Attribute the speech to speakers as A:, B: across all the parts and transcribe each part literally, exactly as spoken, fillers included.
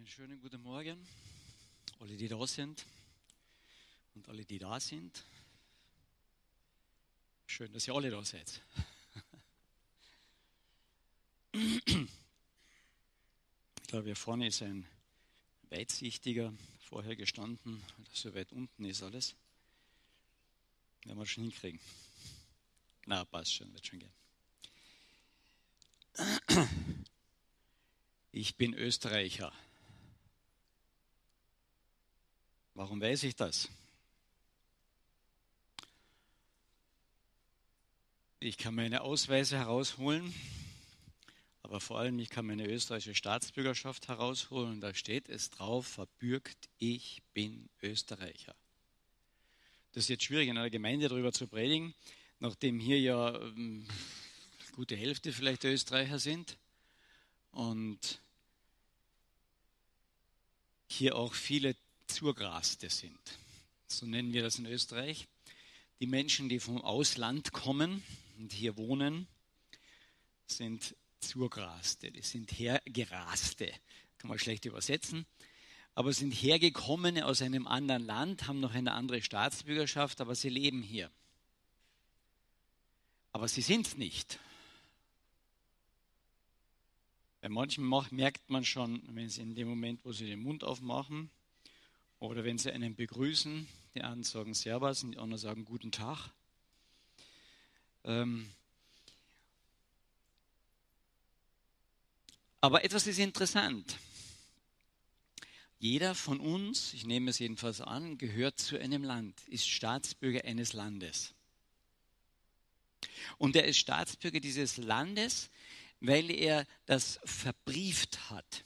A: Einen schönen guten Morgen, alle, die da sind und alle, die da sind. Schön, dass ihr alle da seid. Ich glaube, hier vorne ist ein Weitsichtiger vorher gestanden, so weit unten ist alles. Werden wir schon hinkriegen. Na, passt schon, wird schon gehen. Ich bin Österreicher. Warum weiß ich das? Ich kann meine Ausweise herausholen, aber vor allem ich kann meine österreichische Staatsbürgerschaft herausholen und da steht es drauf, verbürgt, ich bin Österreicher. Das ist jetzt schwierig in einer Gemeinde darüber zu predigen, nachdem hier ja ähm, gute Hälfte vielleicht Österreicher sind und hier auch viele Zugraste sind. So nennen wir das in Österreich. Die Menschen, die vom Ausland kommen und hier wohnen, sind Zugraste, die sind Hergeraste. Kann man schlecht übersetzen. Aber sind Hergekommene aus einem anderen Land, haben noch eine andere Staatsbürgerschaft, aber sie leben hier. Aber sie sind es nicht. Bei manchen merkt man schon, wenn sie in dem Moment, wo sie den Mund aufmachen, oder wenn sie einen begrüßen, die einen sagen Servus und die anderen sagen Guten Tag. Ähm Aber etwas ist interessant. Jeder von uns, ich nehme es jedenfalls an, gehört zu einem Land, ist Staatsbürger eines Landes. Und er ist Staatsbürger dieses Landes, weil er das verbrieft hat.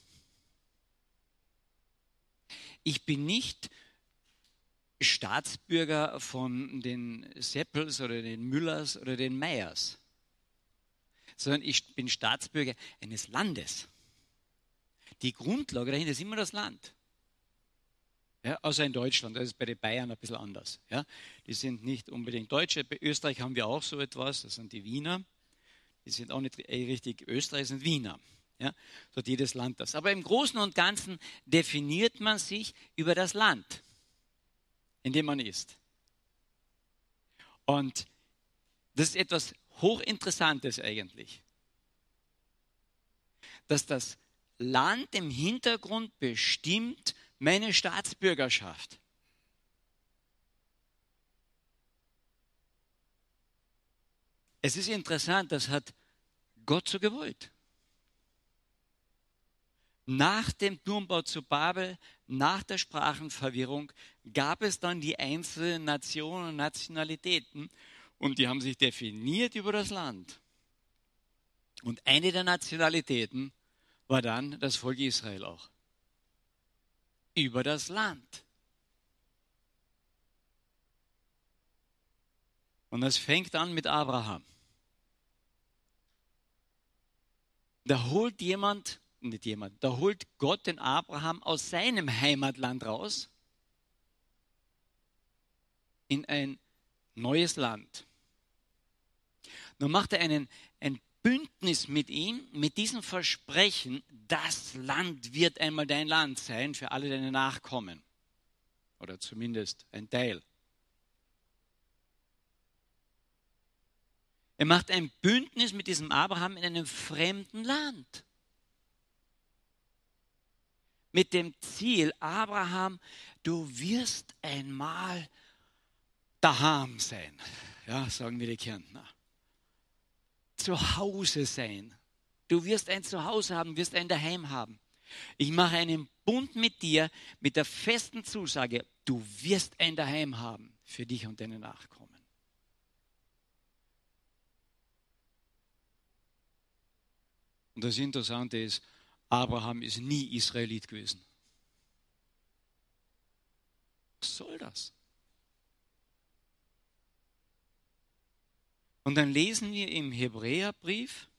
A: Ich bin nicht Staatsbürger von den Seppels oder den Müllers oder den Meyers, sondern ich bin Staatsbürger eines Landes. Die Grundlage dahinter ist immer das Land. Ja, außer in Deutschland, das ist bei den Bayern ein bisschen anders. Ja, die sind nicht unbedingt Deutsche. Bei Österreich haben wir auch so etwas, das sind die Wiener. Die sind auch nicht richtig Österreich, sind Wiener. Ja, so hat jedes Land das. Aber im Großen und Ganzen definiert man sich über das Land, in dem man ist. Und das ist etwas Hochinteressantes eigentlich, dass das Land im Hintergrund bestimmt meine Staatsbürgerschaft. Es ist interessant, das hat Gott so gewollt. Nach dem Turmbau zu Babel, nach der Sprachenverwirrung, gab es dann die einzelnen Nationen und Nationalitäten und die haben sich definiert über das Land. Und eine der Nationalitäten war dann das Volk Israel auch. Über das Land. Und das fängt an mit Abraham. Da holt jemand, nicht jemand, da holt Gott den Abraham aus seinem Heimatland raus in ein neues Land. Dann macht er einen, ein Bündnis mit ihm, mit diesem Versprechen, das Land wird einmal dein Land sein für alle deine Nachkommen. Oder zumindest ein Teil. Er macht ein Bündnis mit diesem Abraham in einem fremden Land. Mit dem Ziel, Abraham, du wirst einmal daheim sein. Ja, sagen wir die Kärntner. Zu Hause sein. Du wirst ein Zuhause haben, wirst ein Daheim haben. Ich mache einen Bund mit dir, mit der festen Zusage, du wirst ein Daheim haben für dich und deine Nachkommen. Und das Interessante ist, Abraham ist nie Israelit gewesen. Was soll das? Und dann lesen wir im Hebräerbrief,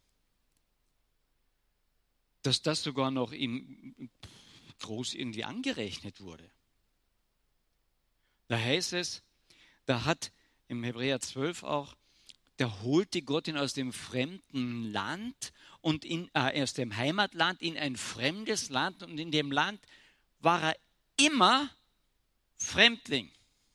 A: dass das sogar noch ihm groß irgendwie angerechnet wurde. Da heißt es, da hat im Hebräer zwölf auch, da holte Gott ihn aus dem fremden Land und in, äh, aus dem Heimatland in ein fremdes Land. Und in dem Land war er immer Fremdling.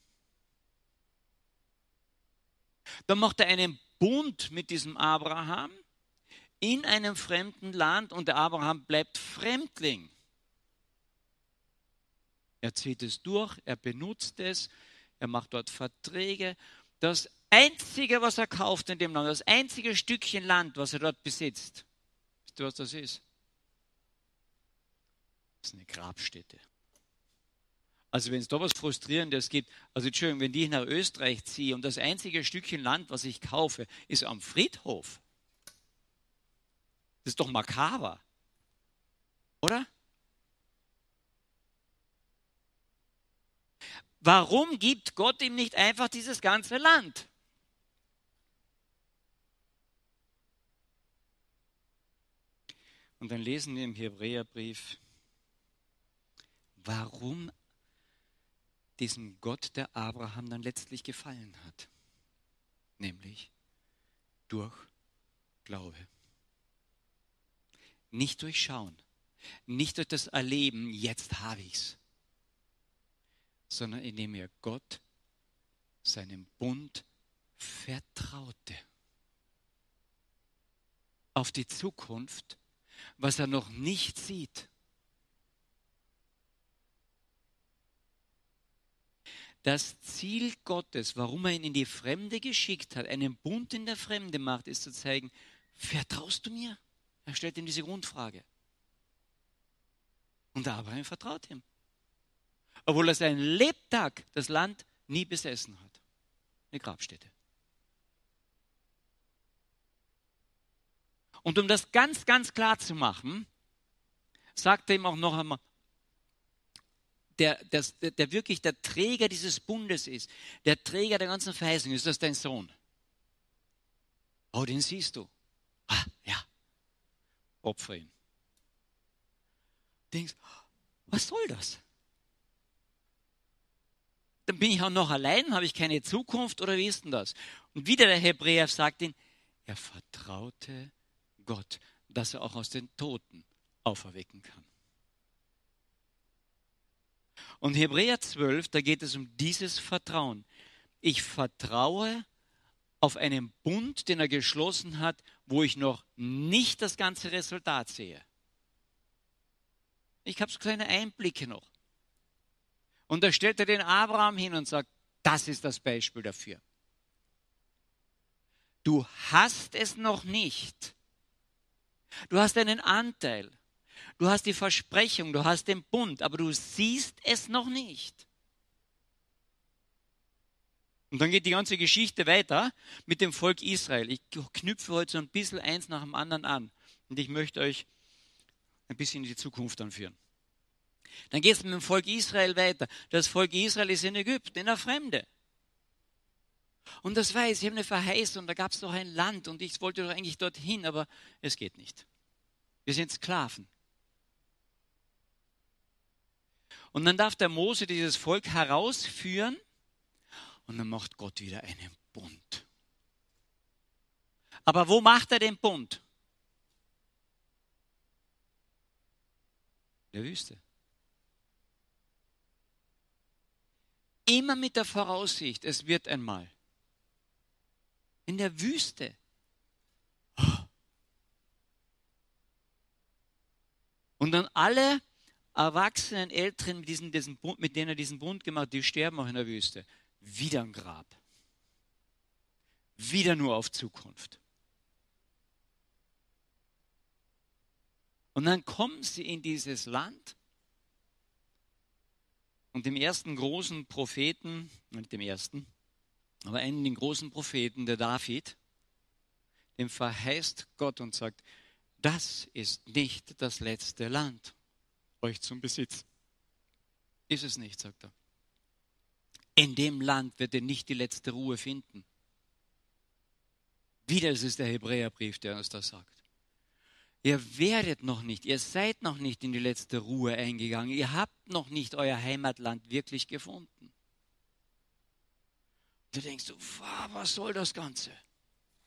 A: Dann macht er einen Bund mit diesem Abraham in einem fremden Land und der Abraham bleibt Fremdling. Er zieht es durch, er benutzt es, er macht dort Verträge. Das Einzige, was er kauft in dem Land, das einzige Stückchen Land, was er dort besitzt, wisst ihr, was das ist? Das ist eine Grabstätte. Also wenn es da was Frustrierendes gibt, also Entschuldigung, wenn ich nach Österreich ziehe und das einzige Stückchen Land, was ich kaufe, ist am Friedhof. Das ist doch makaber, oder? Warum gibt Gott ihm nicht einfach dieses ganze Land? Und dann lesen wir im Hebräerbrief, warum diesem Gott der Abraham dann letztlich gefallen hat. Nämlich durch Glaube. Nicht durch Schauen, nicht durch das Erleben, jetzt habe ich's, sondern indem er Gott seinem Bund vertraute. Auf die Zukunft, was er noch nicht sieht. Das Ziel Gottes, warum er ihn in die Fremde geschickt hat, einen Bund in der Fremde macht, ist zu zeigen, vertraust du mir? Er stellt ihm diese Grundfrage. Und Abraham vertraut ihm. Obwohl er seinen Lebtag das Land nie besessen hat. Eine Grabstätte. Und um das ganz, ganz klar zu machen, sagt er ihm auch noch einmal, der, der, der wirklich der Träger dieses Bundes ist, der Träger der ganzen Verheißung, ist das dein Sohn? Oh, den siehst du. Ah, ja. Opfer ihn. Denkst, was soll das? Dann bin ich auch noch allein, habe ich keine Zukunft oder wie ist denn das? Und wieder der Hebräer sagt ihn, er vertraute Gott, dass er auch aus den Toten auferwecken kann. Und Hebräer zwölf, da geht es um dieses Vertrauen. Ich vertraue auf einen Bund, den er geschlossen hat, wo ich noch nicht das ganze Resultat sehe. Ich habe so kleine Einblicke noch. Und da stellt er den Abraham hin und sagt, das ist das Beispiel dafür. Du hast es noch nicht. Du hast einen Anteil. Du hast die Versprechung, du hast den Bund, aber du siehst es noch nicht. Und dann geht die ganze Geschichte weiter mit dem Volk Israel. Ich knüpfe heute so ein bisschen eins nach dem anderen an. Und ich möchte euch ein bisschen in die Zukunft anführen. Dann geht es mit dem Volk Israel weiter. Das Volk Israel ist in Ägypten, in der Fremde. Und das weiß, ich habe eine Verheißung, da gab es doch ein Land und ich wollte doch eigentlich dorthin, aber es geht nicht. Wir sind Sklaven. Und dann darf der Mose dieses Volk herausführen und dann macht Gott wieder einen Bund. Aber wo macht er den Bund? In der Wüste. Immer mit der Voraussicht, es wird einmal. In der Wüste. Und dann alle erwachsenen Älteren, mit, diesen, diesen Bund, mit denen er diesen Bund gemacht hat, die sterben auch in der Wüste. Wieder ein Grab. Wieder nur auf Zukunft. Und dann kommen sie in dieses Land und dem ersten großen Propheten, nicht dem ersten, aber einen den großen Propheten, der David, dem verheißt Gott und sagt, das ist nicht das letzte Land, euch zum Besitz. Ist es nicht, sagt er. In dem Land wird ihr nicht die letzte Ruhe finden. Wieder ist es der Hebräerbrief, der uns das sagt. Ihr werdet noch nicht, ihr seid noch nicht in die letzte Ruhe eingegangen. Ihr habt noch nicht euer Heimatland wirklich gefunden. Du denkst so, was soll das Ganze?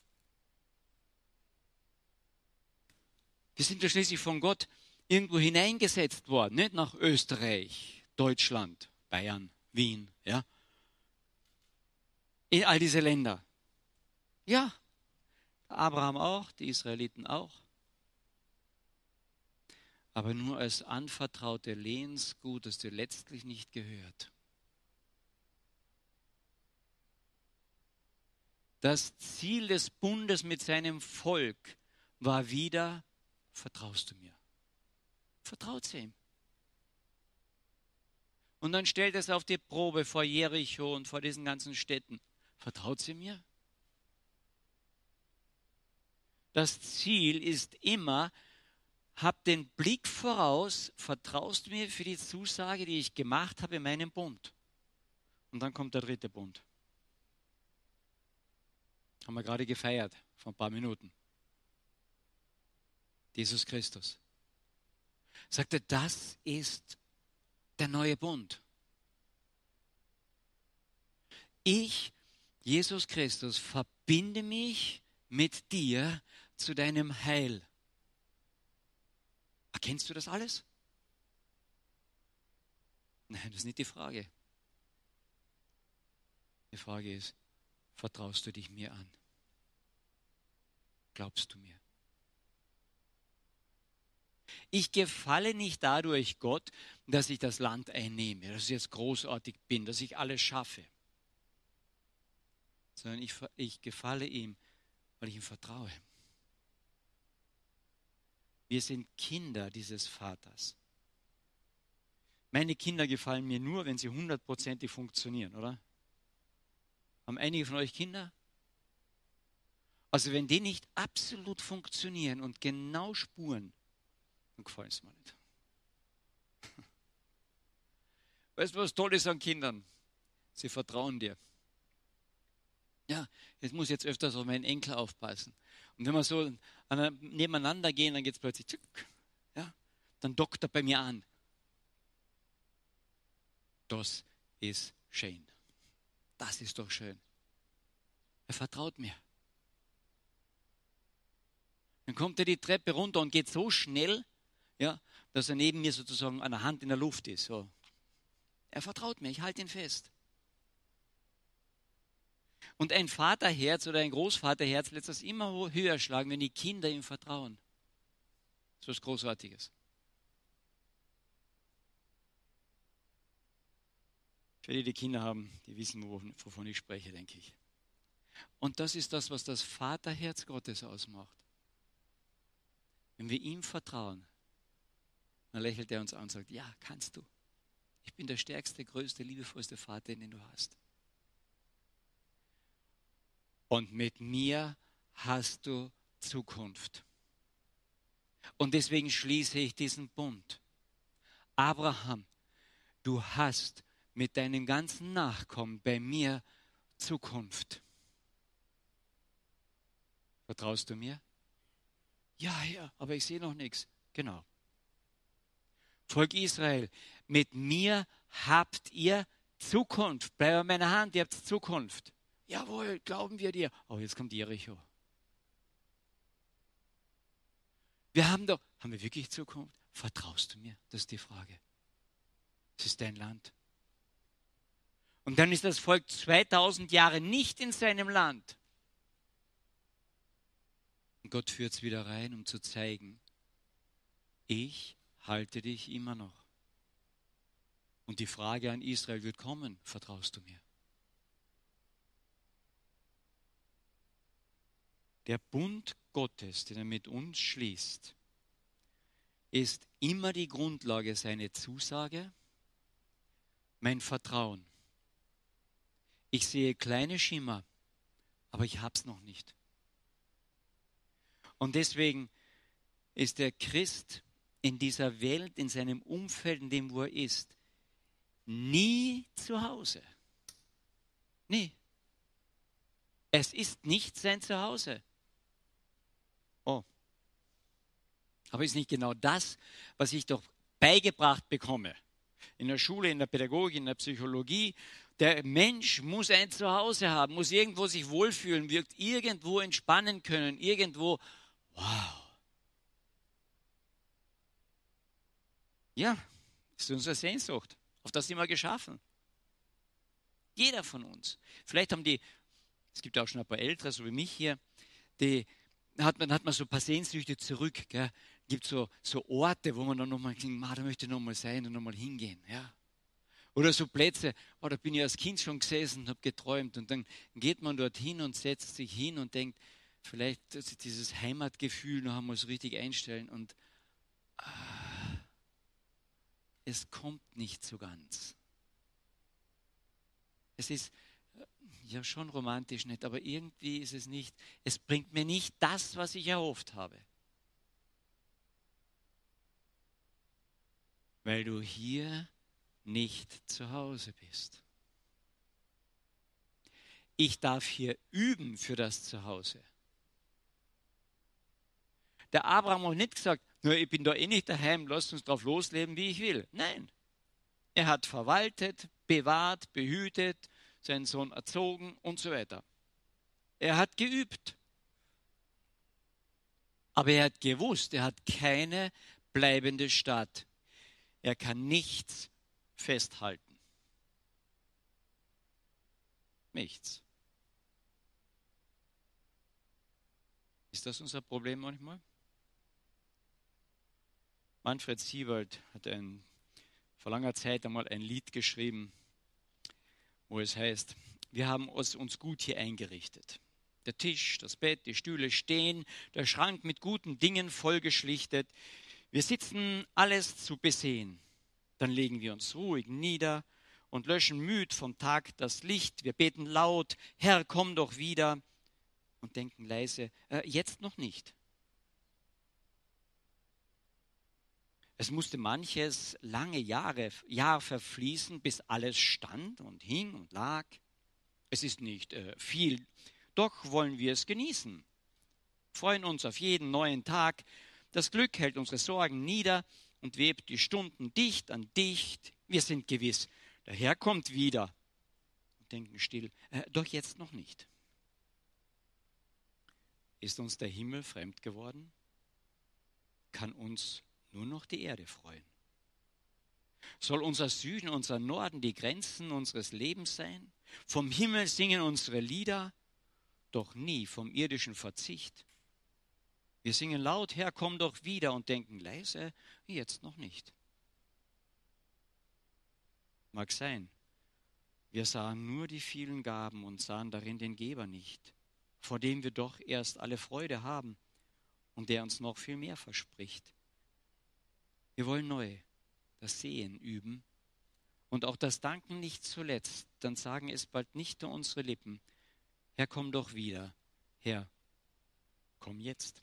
A: Wir sind ja schließlich von Gott irgendwo hineingesetzt worden, nicht nach Österreich, Deutschland, Bayern, Wien, ja. In all diese Länder. Ja, Abraham auch, die Israeliten auch. Aber nur als anvertraute Lehnsgut, das dir letztlich nicht gehört. Das Ziel des Bundes mit seinem Volk war wieder, vertraust du mir? Vertraut sie ihm. Und dann stellt es auf die Probe vor Jericho und vor diesen ganzen Städten. Vertraut sie mir? Das Ziel ist immer, hab den Blick voraus, vertraust du mir für die Zusage, die ich gemacht habe in meinem Bund. Und dann kommt der dritte Bund. Haben wir gerade gefeiert, vor ein paar Minuten. Jesus Christus. Sagte, das ist der neue Bund. Ich, Jesus Christus, verbinde mich mit dir zu deinem Heil. Erkennst du das alles? Nein, das ist nicht die Frage. Die Frage ist, vertraust du dich mir an? Glaubst du mir? Ich gefalle nicht dadurch Gott, dass ich das Land einnehme, dass ich jetzt großartig bin, dass ich alles schaffe. Sondern ich, ich gefalle ihm, weil ich ihm vertraue. Wir sind Kinder dieses Vaters. Meine Kinder gefallen mir nur, wenn sie hundertprozentig funktionieren, oder? Haben einige von euch Kinder? Also wenn die nicht absolut funktionieren und genau spuren, dann gefallen es mir nicht. Weißt du, was toll ist an Kindern? Sie vertrauen dir. Ja, jetzt muss ich jetzt öfters auf meinen Enkel aufpassen. Und wenn wir so nebeneinander gehen, dann geht es plötzlich, tschick, ja, dann dockt er bei mir an. Das ist schön. Das ist doch schön. Er vertraut mir. Dann kommt er die Treppe runter und geht so schnell, ja, dass er neben mir sozusagen an der Hand in der Luft ist. So. Er vertraut mir, ich halte ihn fest. Und ein Vaterherz oder ein Großvaterherz lässt das immer höher schlagen, wenn die Kinder ihm vertrauen. Das ist was Großartiges. Für die, die Kinder haben, die wissen, wovon ich spreche, denke ich. Und das ist das, was das Vaterherz Gottes ausmacht. Wenn wir ihm vertrauen, dann lächelt er uns an und sagt, ja, kannst du. Ich bin der stärkste, größte, liebevollste Vater, den du hast. Und mit mir hast du Zukunft. Und deswegen schließe ich diesen Bund. Abraham, du hast mit deinen ganzen Nachkommen bei mir Zukunft. Vertraust du mir? Ja, ja, aber ich sehe noch nichts. Genau. Volk Israel, mit mir habt ihr Zukunft. Bleib an meiner Hand, ihr habt Zukunft. Jawohl, glauben wir dir. Oh, jetzt kommt Jericho. Wir haben doch, haben wir wirklich Zukunft? Vertraust du mir? Das ist die Frage. Es ist dein Land. Und dann ist das Volk zweitausend Jahre nicht in seinem Land. Und Gott führt es wieder rein, um zu zeigen, ich halte dich immer noch. Und die Frage an Israel wird kommen, vertraust du mir? Der Bund Gottes, den er mit uns schließt, ist immer die Grundlage, seine Zusage, mein Vertrauen. Ich sehe kleine Schimmer, aber ich habe es noch nicht. Und deswegen ist der Christ in dieser Welt, in seinem Umfeld, in dem wo er ist, nie zu Hause. Nie. Es ist nicht sein Zuhause. Oh. Aber ist nicht genau das, was ich doch beigebracht bekomme. In der Schule, in der Pädagogik, in der Psychologie. Der Mensch muss ein Zuhause haben, muss irgendwo sich wohlfühlen, wird irgendwo entspannen können, irgendwo, wow. Ja, das ist unsere Sehnsucht. Auf das sind wir geschaffen. Jeder von uns. Vielleicht haben die, es gibt auch schon ein paar Ältere, so wie mich hier, die hat man, hat man so ein paar Sehnsüchte zurück. Gell? Gibt so, so Orte, wo man dann nochmal denkt, da möchte ich nochmal sein und nochmal hingehen. Ja? Oder so Plätze, oh, da bin ich als Kind schon gesessen und habe geträumt. Und dann geht man dorthin und setzt sich hin und denkt, vielleicht dieses Heimatgefühl noch einmal so richtig einstellen. Und ah, es kommt nicht so ganz. Es ist ja schon romantisch nicht, aber irgendwie ist es nicht, es bringt mir nicht das, was ich erhofft habe. Weil du hier nicht zu Hause bist. Ich darf hier üben für das Zuhause. Der Abraham hat nicht gesagt, nur ich bin da eh nicht daheim, lasst uns drauf losleben, wie ich will. Nein, er hat verwaltet, bewahrt, behütet, seinen Sohn erzogen und so weiter. Er hat geübt. Aber er hat gewusst, er hat keine bleibende Stadt. Er kann nichts festhalten. Nichts. Ist das unser Problem manchmal? Manfred Siebald hat ein, vor langer Zeit einmal ein Lied geschrieben, wo es heißt, wir haben es uns gut hier eingerichtet. Der Tisch, das Bett, die Stühle stehen, der Schrank mit guten Dingen vollgeschlichtet. Wir sitzen alles zu besehen. Dann legen wir uns ruhig nieder und löschen müd vom Tag das Licht. Wir beten laut, Herr, komm doch wieder, und denken leise, äh, jetzt noch nicht. Es musste manches lange Jahre, Jahr verfließen, bis alles stand und hing und lag. Es ist nicht äh, viel, doch wollen wir es genießen. Freuen uns auf jeden neuen Tag. Das Glück hält unsere Sorgen nieder und webt die Stunden dicht an dicht. Wir sind gewiss, der Herr kommt wieder. Und denken still, äh, doch jetzt noch nicht. Ist uns der Himmel fremd geworden? Kann uns nur noch die Erde freuen? Soll unser Süden, unser Norden die Grenzen unseres Lebens sein? Vom Himmel singen unsere Lieder, doch nie vom irdischen Verzicht. Wir singen laut, Herr, komm doch wieder, und denken leise, jetzt noch nicht. Mag sein, wir sahen nur die vielen Gaben und sahen darin den Geber nicht, vor dem wir doch erst alle Freude haben und der uns noch viel mehr verspricht. Wir wollen neu das Sehen üben und auch das Danken nicht zuletzt, dann sagen es bald nicht nur unsere Lippen, Herr, komm doch wieder, Herr, komm jetzt.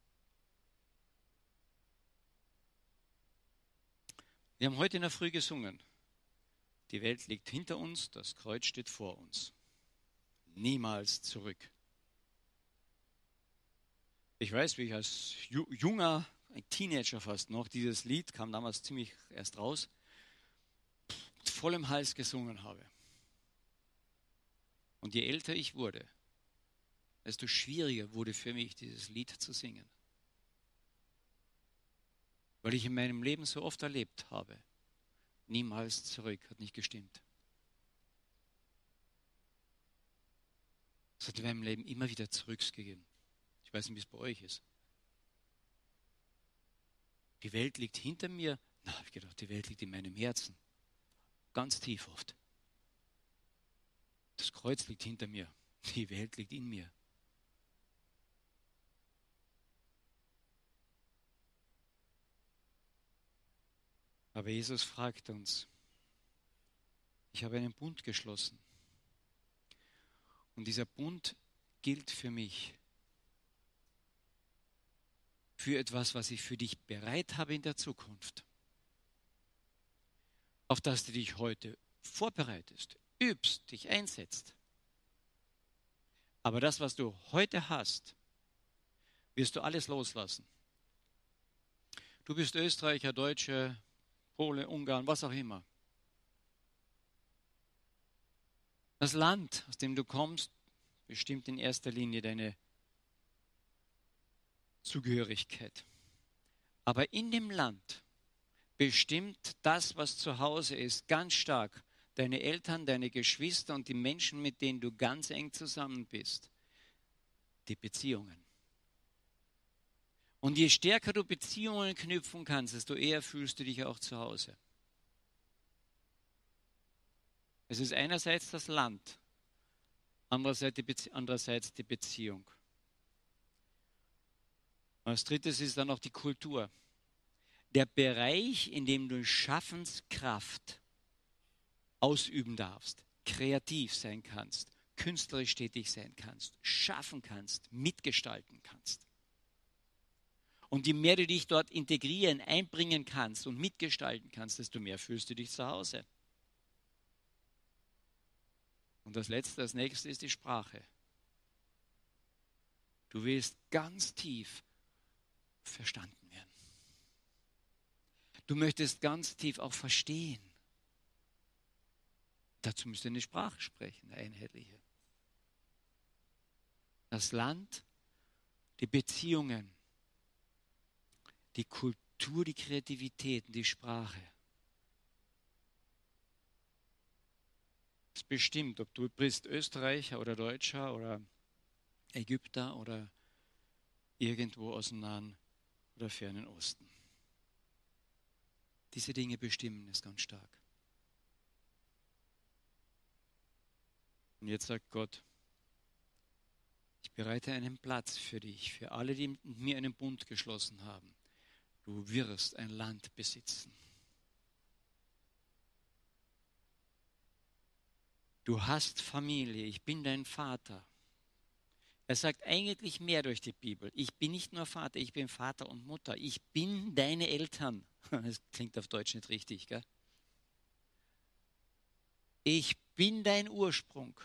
A: Wir haben heute in der Früh gesungen, die Welt liegt hinter uns, das Kreuz steht vor uns. Niemals zurück. Ich weiß, wie ich als junger, ein Teenager fast noch, dieses Lied kam damals ziemlich erst raus, mit vollem Hals gesungen habe. Und je älter ich wurde, desto schwieriger wurde für mich, dieses Lied zu singen. Weil ich in meinem Leben so oft erlebt habe, niemals zurück, hat nicht gestimmt. Es hat in meinem Leben immer wieder zurückgegeben. Ich weiß nicht, wie es bei euch ist. Die Welt liegt hinter mir. Na, habe ich gedacht, die Welt liegt in meinem Herzen. Ganz tief oft. Das Kreuz liegt hinter mir. Die Welt liegt in mir. Aber Jesus fragt uns, ich habe einen Bund geschlossen. Und dieser Bund gilt für mich. Für etwas, was ich für dich bereit habe in der Zukunft. Auf das du dich heute vorbereitest, übst, dich einsetzt. Aber das, was du heute hast, wirst du alles loslassen. Du bist Österreicher, Deutsche, Pole, Ungarn, was auch immer. Das Land, aus dem du kommst, bestimmt in erster Linie deine Zugehörigkeit. Aber in dem Land bestimmt das, was zu Hause ist, ganz stark. Deine Eltern, deine Geschwister und die Menschen, mit denen du ganz eng zusammen bist. Die Beziehungen. Und je stärker du Beziehungen knüpfen kannst, desto eher fühlst du dich auch zu Hause. Es ist einerseits das Land, andererseits die, Bezie- andererseits die Beziehung. Als drittes ist dann noch die Kultur. Der Bereich, in dem du Schaffenskraft ausüben darfst, kreativ sein kannst, künstlerisch tätig sein kannst, schaffen kannst, mitgestalten kannst. Und je mehr du dich dort integrieren, einbringen kannst und mitgestalten kannst, desto mehr fühlst du dich zu Hause. Und das Letzte, das Nächste ist die Sprache. Du willst ganz tief verstanden werden. Du möchtest ganz tief auch verstehen. Dazu müsst ihr eine Sprache sprechen, eine einheitliche. Das Land, die Beziehungen, die Kultur, die Kreativität, die Sprache. Es bestimmt, ob du bist Österreicher oder Deutscher oder Ägypter oder irgendwo aus dem Nahen oder Fernen Osten. Diese Dinge bestimmen es ganz stark. Und jetzt sagt Gott, ich bereite einen Platz für dich, für alle, die mit mir einen Bund geschlossen haben. Du wirst ein Land besitzen. Du hast Familie, ich bin dein Vater. Er sagt eigentlich mehr durch die Bibel. Ich bin nicht nur Vater, ich bin Vater und Mutter. Ich bin deine Eltern. Das klingt auf Deutsch nicht richtig, gell? Ich bin dein Ursprung.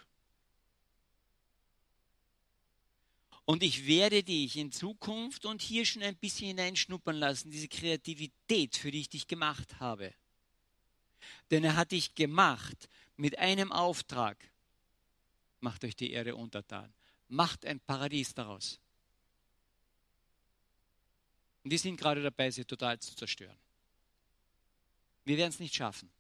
A: Und ich werde dich in Zukunft und hier schon ein bisschen hineinschnuppern lassen, diese Kreativität, für die ich dich gemacht habe. Denn er hat dich gemacht mit einem Auftrag. Macht euch die Erde untertan. Macht ein Paradies daraus. Und wir sind gerade dabei, sie total zu zerstören. Wir werden es nicht schaffen.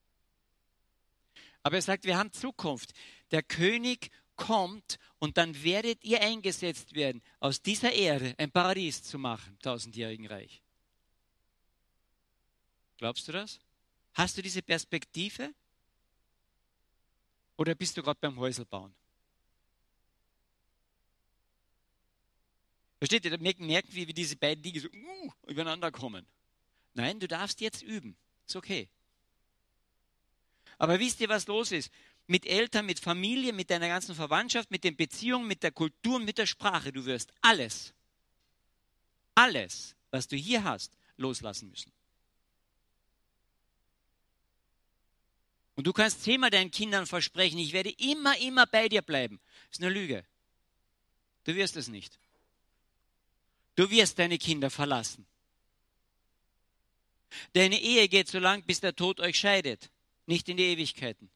A: Aber er sagt, wir haben Zukunft. Der König kommt und dann werdet ihr eingesetzt werden, aus dieser Erde ein Paradies zu machen, tausendjährigen Reich. Glaubst du das? Hast du diese Perspektive? Oder bist du gerade beim Häuselbauen? Versteht ihr, da merken, wie, wie diese beiden Dinge so uh, übereinander kommen. Nein, du darfst jetzt üben. Ist okay. Aber wisst ihr, was los ist? Mit Eltern, mit Familie, mit deiner ganzen Verwandtschaft, mit den Beziehungen, mit der Kultur und mit der Sprache. Du wirst alles, alles, was du hier hast, loslassen müssen. Und du kannst zehnmal deinen Kindern versprechen, ich werde immer, immer bei dir bleiben. Das ist eine Lüge. Du wirst es nicht. Du wirst deine Kinder verlassen. Deine Ehe geht so lang, bis der Tod euch scheidet, nicht in die Ewigkeiten.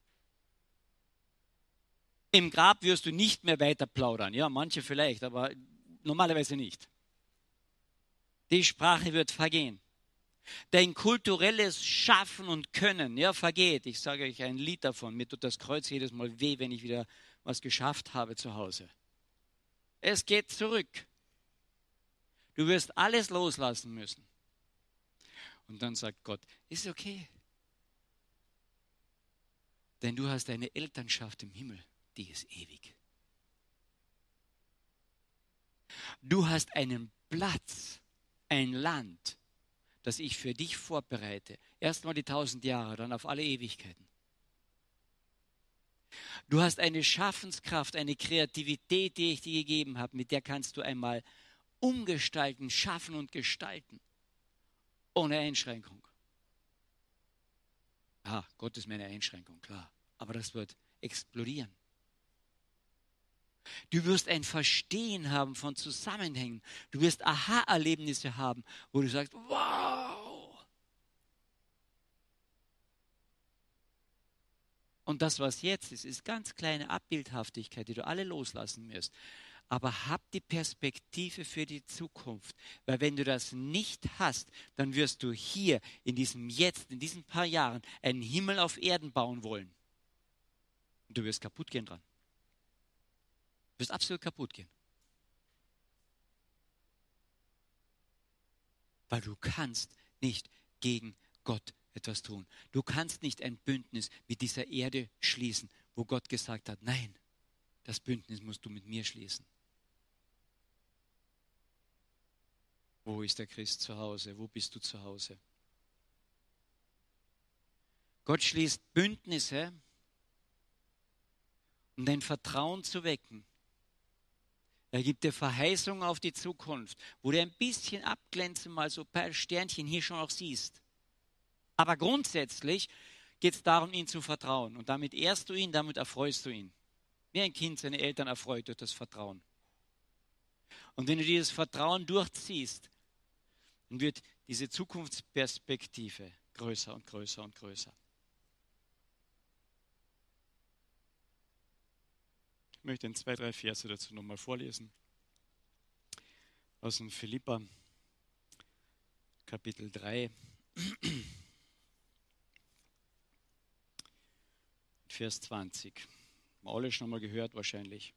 A: Im Grab wirst du nicht mehr weiter plaudern. Ja, manche vielleicht, aber normalerweise nicht. Die Sprache wird vergehen. Dein kulturelles Schaffen und Können, ja, vergeht. Ich sage euch ein Lied davon. Mir tut das Kreuz jedes Mal weh, wenn ich wieder was geschafft habe zu Hause. Es geht zurück. Du wirst alles loslassen müssen. Und dann sagt Gott, ist okay. Denn du hast eine Elternschaft im Himmel, die ist ewig. Du hast einen Platz, ein Land, das ich für dich vorbereite. Erstmal die tausend Jahre, dann auf alle Ewigkeiten. Du hast eine Schaffenskraft, eine Kreativität, die ich dir gegeben habe, mit der kannst du einmal umgestalten, schaffen und gestalten. Ohne Einschränkung. Ah, Gott ist meine Einschränkung, klar. Aber das wird explodieren. Du wirst ein Verstehen haben von Zusammenhängen. Du wirst Aha-Erlebnisse haben, wo du sagst, wow. Und das, was jetzt ist, ist ganz kleine Abbildhaftigkeit, die du alle loslassen wirst. aber hab die Perspektive für die Zukunft. Weil wenn du das nicht hast, dann wirst du hier in diesem Jetzt, in diesen paar Jahren, einen Himmel auf Erden bauen wollen. Und du wirst kaputt gehen dran. Du wirst absolut kaputt gehen. Weil du kannst nicht gegen Gott etwas tun. Du kannst nicht ein Bündnis mit dieser Erde schließen, wo Gott gesagt hat, nein, das Bündnis musst du mit mir schließen. Wo ist der Christ zu Hause? Wo bist du zu Hause? Gott schließt Bündnisse, um dein Vertrauen zu wecken. Er gibt dir Verheißungen auf die Zukunft, wo du ein bisschen abglänzen, mal so ein paar Sternchen hier schon auch siehst. Aber grundsätzlich geht es darum, ihm zu vertrauen. Und damit ehrst du ihn, damit erfreust du ihn. Wie ein Kind seine Eltern erfreut durch das Vertrauen. Und wenn du dieses Vertrauen durchziehst, dann wird diese Zukunftsperspektive größer und größer und größer. Ich möchte in zwei, drei Verse dazu nochmal vorlesen. Aus dem Philipper, Kapitel drei, Vers zwanzig. Haben wir alle schon mal gehört wahrscheinlich.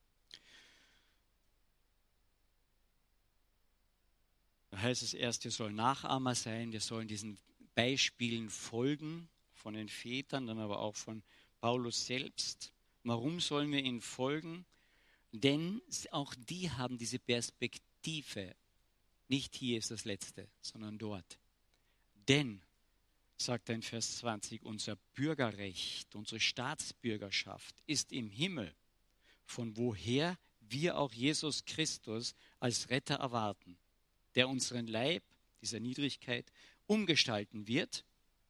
A: Da heißt es erst, wir sollen Nachahmer sein, wir sollen diesen Beispielen folgen, von den Vätern, dann aber auch von Paulus selbst. Warum sollen wir ihnen folgen? Denn auch die haben diese Perspektive. Nicht hier ist das Letzte, sondern dort. Denn, sagt er in Vers zwanzig, unser Bürgerrecht, unsere Staatsbürgerschaft ist im Himmel, von woher wir auch Jesus Christus als Retter erwarten, der unseren Leib, dieser Niedrigkeit, umgestalten wird,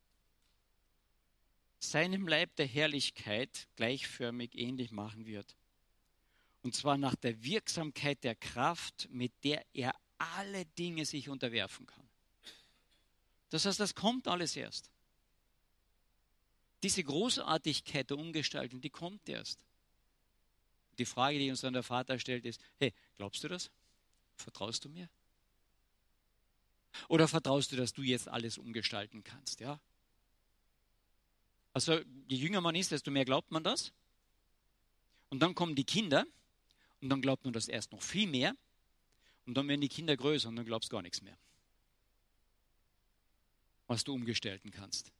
A: seinem Leib der Herrlichkeit gleichförmig ähnlich machen wird. Und zwar nach der Wirksamkeit der Kraft, mit der er alle Dinge sich unterwerfen kann. Das heißt, das kommt alles erst. Diese Großartigkeit der Umgestaltung, die kommt erst. Die Frage, die uns dann der Vater stellt, ist, hey, glaubst du das? Vertraust du mir? Oder vertraust du, dass du jetzt alles umgestalten kannst? Ja? Also je jünger man ist, desto mehr glaubt man das. Und dann kommen die Kinder und dann glaubt man das erst noch viel mehr. Und dann werden die Kinder größer und dann glaubst du gar nichts mehr, was du umgestalten kannst.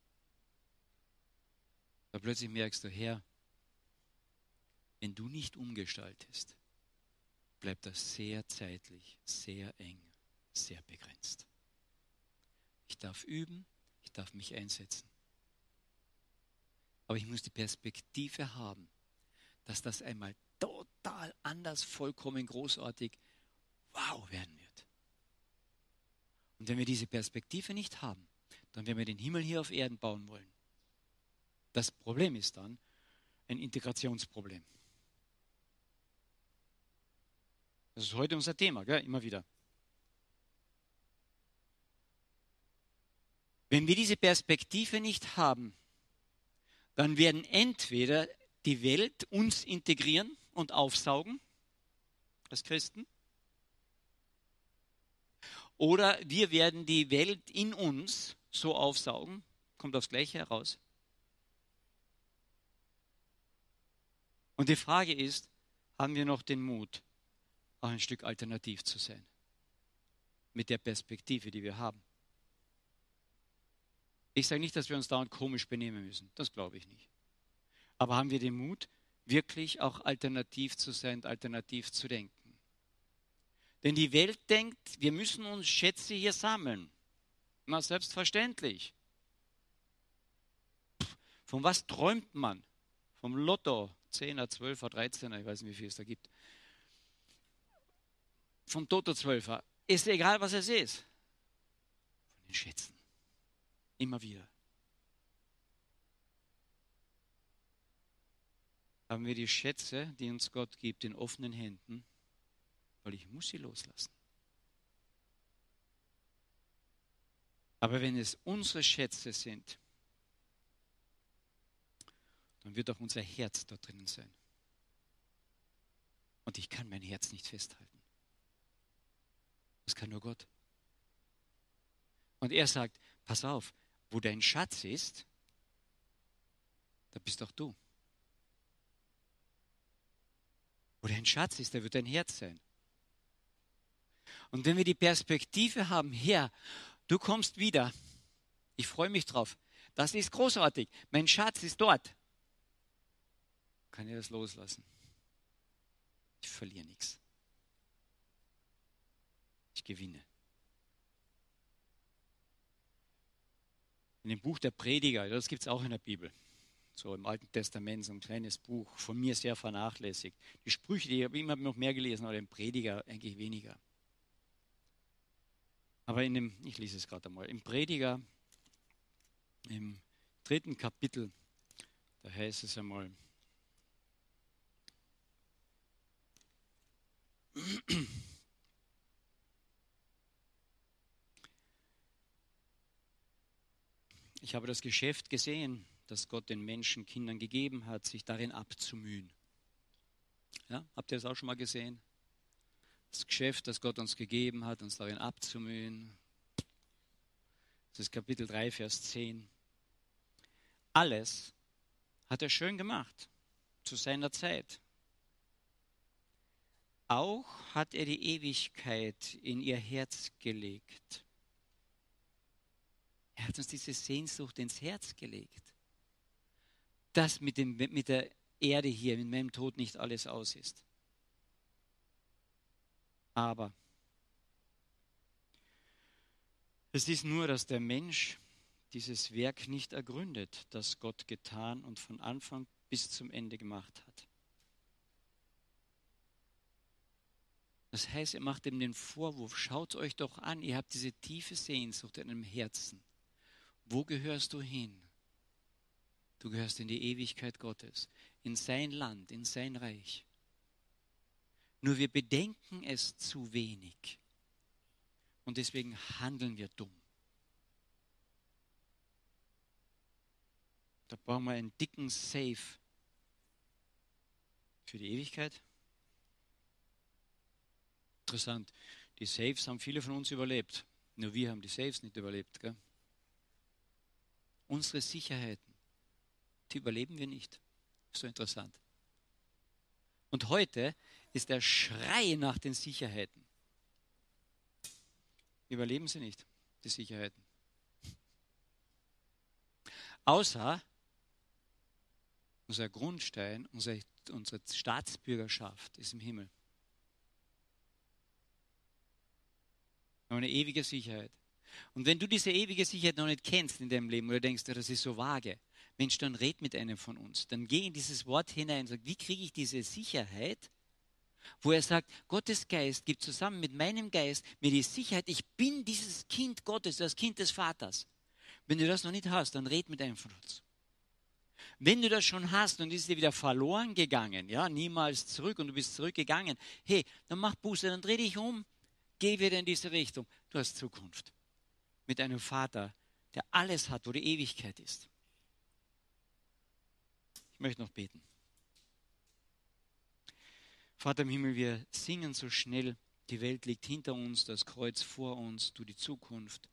A: Da plötzlich merkst du, Herr, wenn du nicht umgestaltest, bleibt das sehr zeitlich, sehr eng, sehr begrenzt. Ich darf üben, ich darf mich einsetzen. Aber ich muss die Perspektive haben, dass das einmal total anders, vollkommen großartig, wow werden wird. Und wenn wir diese Perspektive nicht haben, dann werden wir den Himmel hier auf Erden bauen wollen. Das Problem ist dann ein Integrationsproblem. Das ist heute unser Thema, gell? Immer wieder. Wenn wir diese Perspektive nicht haben, dann werden entweder die Welt uns integrieren und aufsaugen, als Christen, oder wir werden die Welt in uns so aufsaugen, kommt aufs Gleiche heraus. Und die Frage ist, haben wir noch den Mut, auch ein Stück alternativ zu sein, mit der Perspektive, die wir haben? Ich sage nicht, dass wir uns dauernd komisch benehmen müssen. Das glaube ich nicht. Aber haben wir den Mut, wirklich auch alternativ zu sein, alternativ zu denken? Denn die Welt denkt, wir müssen uns Schätze hier sammeln. Na, selbstverständlich. Von was träumt man? Vom Lotto, zehner, zwölfer, dreizehner, ich weiß nicht, wie viel es da gibt. Vom Toto zwölfer. Ist egal, was es ist. Von den Schätzen. Immer wieder. Haben wir die Schätze, die uns Gott gibt, in offenen Händen, weil ich muss sie loslassen. Aber wenn es unsere Schätze sind, dann wird auch unser Herz da drinnen sein. Und ich kann mein Herz nicht festhalten. Das kann nur Gott. Und er sagt, pass auf, wo dein Schatz ist, da bist auch du. Wo dein Schatz ist, da wird dein Herz sein. Und wenn wir die Perspektive haben, Herr, du kommst wieder, ich freue mich drauf, das ist großartig, mein Schatz ist dort, kann ich das loslassen. Ich verliere nichts. Ich gewinne. In dem Buch der Prediger, das gibt es auch in der Bibel, so im Alten Testament, so ein kleines Buch, von mir sehr vernachlässigt. Die Sprüche, die habe ich immer noch mehr gelesen, aber den Prediger eigentlich weniger. Aber in dem, ich lese es gerade einmal, im Prediger, im dritten Kapitel, da heißt es einmal, ich habe das Geschäft gesehen, das Gott den Menschenkindern gegeben hat, sich darin abzumühen. Ja, habt ihr das auch schon mal gesehen? Das Geschäft, das Gott uns gegeben hat, uns darin abzumühen. Das ist Kapitel drei, Vers zehn. Alles hat er schön gemacht, zu seiner Zeit. Auch hat er die Ewigkeit in ihr Herz gelegt. Er hat uns diese Sehnsucht ins Herz gelegt, dass mit, dem, mit der Erde hier, mit meinem Tod nicht alles aus ist. Aber es ist nur, dass der Mensch dieses Werk nicht ergründet, das Gott getan und von Anfang bis zum Ende gemacht hat. Das heißt, er macht ihm den Vorwurf, schaut euch doch an, ihr habt diese tiefe Sehnsucht in eurem Herzen. Wo gehörst du hin? Du gehörst in die Ewigkeit Gottes, in sein Land, in sein Reich. Nur wir bedenken es zu wenig. Und deswegen handeln wir dumm. Da brauchen wir einen dicken Safe für die Ewigkeit. Interessant, die Safes haben viele von uns überlebt. Nur wir haben die Safes nicht überlebt. Gell? Unsere Sicherheiten, die überleben wir nicht. So interessant. Und heute ist der Schrei nach den Sicherheiten. Überleben sie nicht, die Sicherheiten. Außer unser Grundstein, unsere, unsere Staatsbürgerschaft ist im Himmel. Wir haben eine ewige Sicherheit. Und wenn du diese ewige Sicherheit noch nicht kennst in deinem Leben oder denkst, das ist so vage, Mensch, dann red mit einem von uns. Dann geh in dieses Wort hinein und sag, wie kriege ich diese Sicherheit, wo er sagt, Gottes Geist gibt zusammen mit meinem Geist mir die Sicherheit, ich bin dieses Kind Gottes, das Kind des Vaters. Wenn du das noch nicht hast, dann red mit einem von uns. Wenn du das schon hast und ist dir wieder verloren gegangen, ja, niemals zurück und du bist zurückgegangen, hey, dann mach Buße, dann dreh dich um, geh wieder in diese Richtung. Du hast Zukunft. Mit einem Vater, der alles hat, wo die Ewigkeit ist. Ich möchte noch beten. Vater im Himmel, wir singen so schnell, die Welt liegt hinter uns, das Kreuz vor uns, du die Zukunft.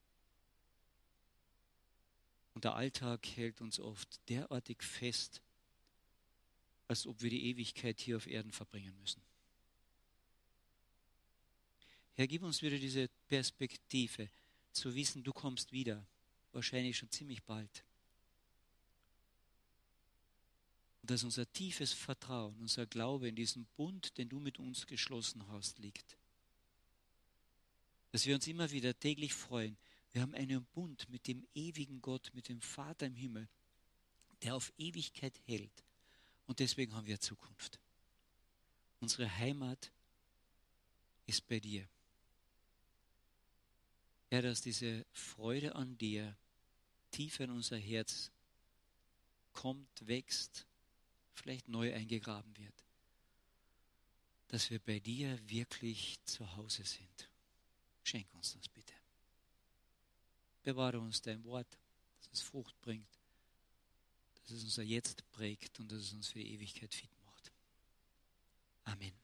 A: Und der Alltag hält uns oft derartig fest, als ob wir die Ewigkeit hier auf Erden verbringen müssen. Herr, gib uns wieder diese Perspektive, zu wissen, du kommst wieder, wahrscheinlich schon ziemlich bald. Und dass unser tiefes Vertrauen, unser Glaube in diesen Bund, den du mit uns geschlossen hast, liegt. Dass wir uns immer wieder täglich freuen, wir haben einen Bund mit dem ewigen Gott, mit dem Vater im Himmel, der auf Ewigkeit hält. Und deswegen haben wir Zukunft. Unsere Heimat ist bei dir. Herr, dass diese Freude an dir tiefer in unser Herz kommt, wächst, vielleicht neu eingegraben wird. Dass wir bei dir wirklich zu Hause sind. Schenk uns das bitte. Bewahre uns dein Wort, dass es Frucht bringt, dass es unser Jetzt prägt und dass es uns für die Ewigkeit fit macht. Amen.